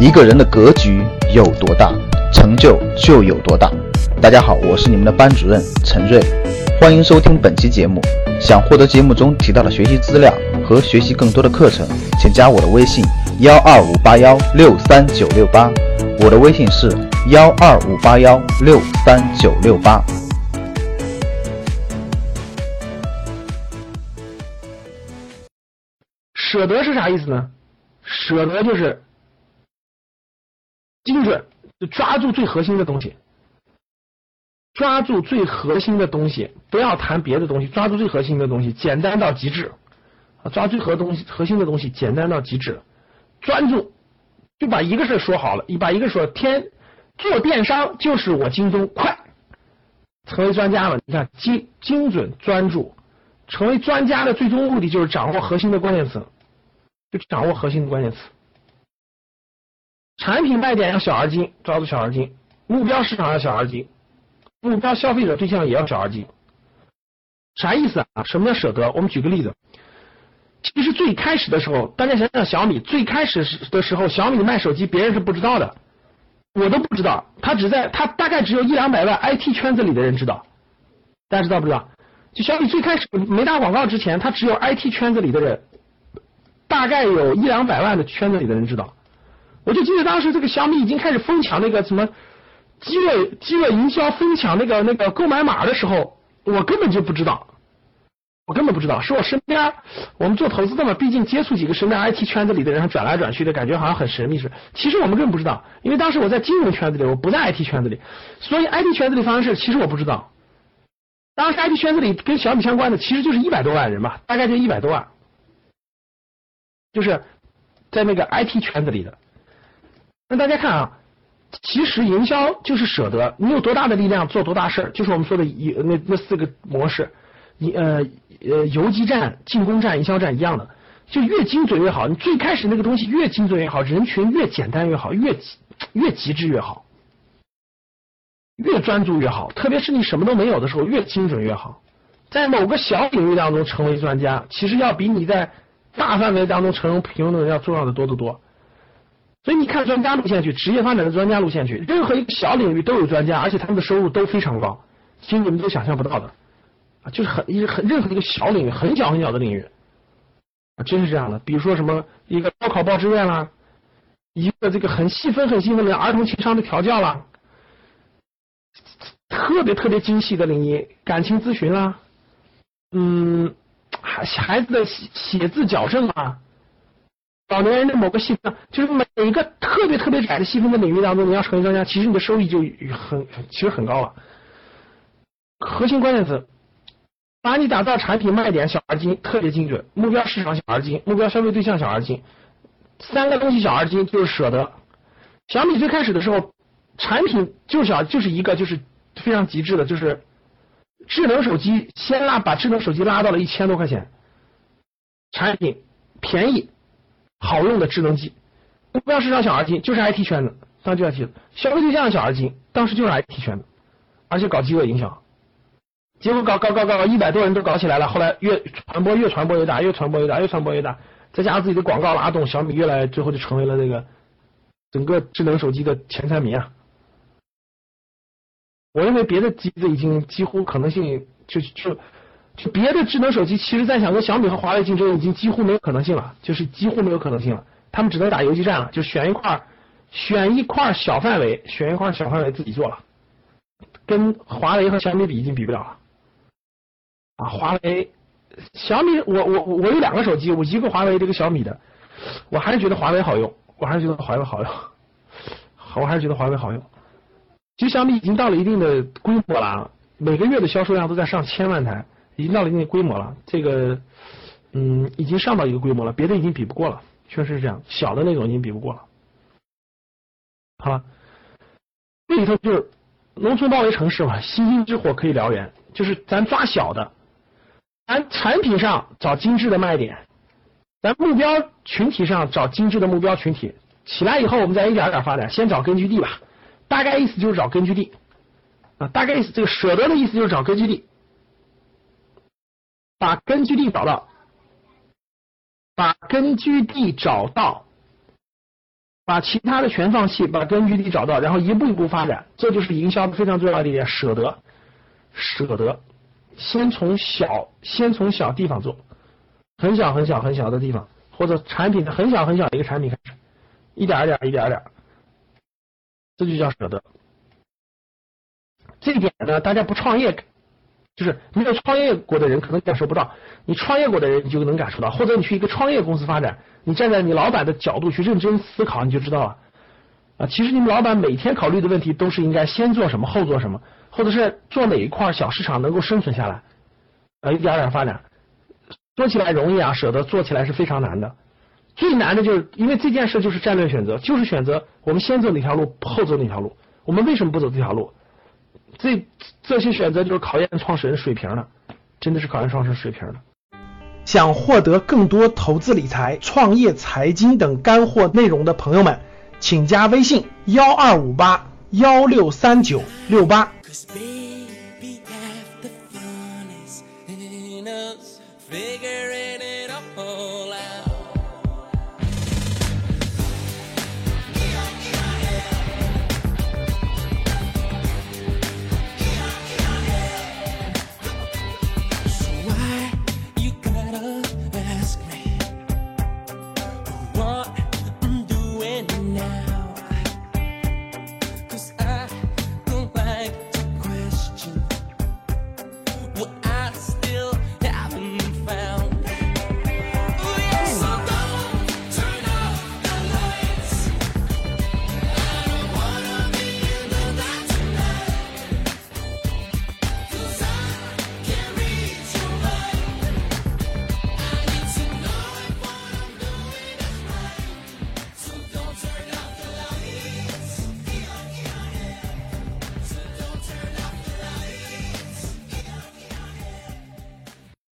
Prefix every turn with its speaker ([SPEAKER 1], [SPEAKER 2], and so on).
[SPEAKER 1] 一个人的格局有多大，成就有多大。大家好，我是你们的班主任陈瑞，欢迎收听本期节目。想获得节目中提到的学习资料和学习更多的课程，请加我的微信125816398，我的微信是125816398。
[SPEAKER 2] 舍得是啥意思呢？舍得就是精准，就抓住最核心的东西，抓住最核心的东西，不要谈别的东西，抓住最核心的东西，简单到极致，抓最核心的东西，简单到极致，专注，就把一个事说好了，把一个说做电商就是我京东快，成为专家了。你看精准专注，成为专家的最终目的就是掌握核心的关键词，就掌握核心的关键词。产品卖点要小而精，抓住小而精，目标市场要小而精，目标消费者对象也要小而精。啥意思啊？什么叫舍得？我们举个例子。其实最开始的时候，大家想想小米最开始的时候，小米卖手机别人是不知道的，我都不知道，他大概只有100-200万 IT 圈子里的人知道。大家知道不知道？就小米最开始没打广告之前，他只有 IT 圈子里的人，大概有100-200万的圈子里的人知道。我就记得当时这个小米已经开始疯抢那个什么饥饿营销，疯抢那个购买码的时候，我根本就不知道，是我身边我们做投资的嘛，毕竟接触几个身边 IT 圈子里的人转来转去的，感觉好像很神秘似的。其实我们根本不知道，因为当时我在金融圈子里，我不在 IT 圈子里，所以 IT 圈子里发生事其实我不知道。当时 IT 圈子里跟小米相关的其实就是100多万人吧，大概就100多万，就是在那个 IT 圈子里的。那大家看啊，其实营销就是舍得，你有多大的力量做多大事儿，就是我们说的那4个模式，游击战、进攻战、营销战一样的，就越精准越好。你最开始那个东西越精准越好，人群越简单越好，越极致越好，越专注越好。特别是你什么都没有的时候，越精准越好。在某个小领域当中成为专家，其实要比你在大范围当中成为平庸的人要重要的多得多。所以你看专家路线去，职业发展的专家路线去，任何一个小领域都有专家，而且他们的收入都非常高，其实你们都想象不到的啊，就是任何一个小领域，很小的领域啊，真是这样的。比如说什么一个高考报志愿啦，一个这个很细分的儿童情商的调教啦，特别精细的领域，感情咨询啦，孩子的写字矫正啊。老年人的某个细分，就是每一个特别窄的细分的领域当中，你要成为专家，其实你的收益就其实很高了。核心关键词，把你打造产品卖点小而精，特别精准，目标市场小而精，目标消费对象小而精，3个东西小而精就是舍得。小米最开始的时候，产品就是一个就是非常极致的，就是智能手机，把智能手机拉到了1000多块钱，产品便宜。好用的智能机，目标市场小而精，就是 IT 圈子，当时就 IT 消费对象小而精，当时就是 IT 圈子，而且搞饥饿营销，结果搞100多人都搞起来了，后来越传播越大，再加上自己的广告拉动，小米最后就成为了这个整个智能手机的前3名啊。我认为别的机子已经几乎可能性就别的智能手机，其实在想跟小米和华为竞争已经几乎没有可能性了，他们只能打游击战了，就选一块小范围自己做了，跟华为和小米比已经比不了了啊！小米，我有2个手机，我一个华为，这个小米的，我还是觉得华为好用，其实小米已经到了一定的规模了，每个月的销售量都在上1000万台。已经到了一定的规模了，这个已经上到一个规模了，别的已经比不过了，确实是这样，小的那种已经比不过了。好了，这里头就是农村包围城市嘛，星星之火可以燎原，就是咱抓小的，咱产品上找精致的卖点，咱目标群体上找精致的目标群体，起来以后我们再一点点发展，先找根据地吧，大概意思就是找根据地啊，大概意思这个舍得的意思就是找根据地。把根据地找到， 把其他的全放弃，把根据地找到，然后一步一步发展，这就是营销的非常重要的一点，舍得，先从小地方做，很小的地方，或者产品的很小的一个产品开始，一点点，这就叫舍得。这一点呢，大家不创业，就是没有创业过的人可能感受不到，你创业过的人你就能感受到，或者你去一个创业公司发展，你站在你老板的角度去认真思考，你就知道了。其实你们老板每天考虑的问题都是应该先做什么，后做什么，或者是做哪一块小市场能够生存下来，一点点发展。说起来容易啊，舍得做起来是非常难的。最难的就是因为这件事就是战略选择，就是选择我们先走哪条路，后走哪条路。我们为什么不走这条路？这些选择就是考验创始人水平的，真的是考验创始人水平的。想获得更多投资理财、创业、财经等干货内容的朋友们，请加微信1258163968。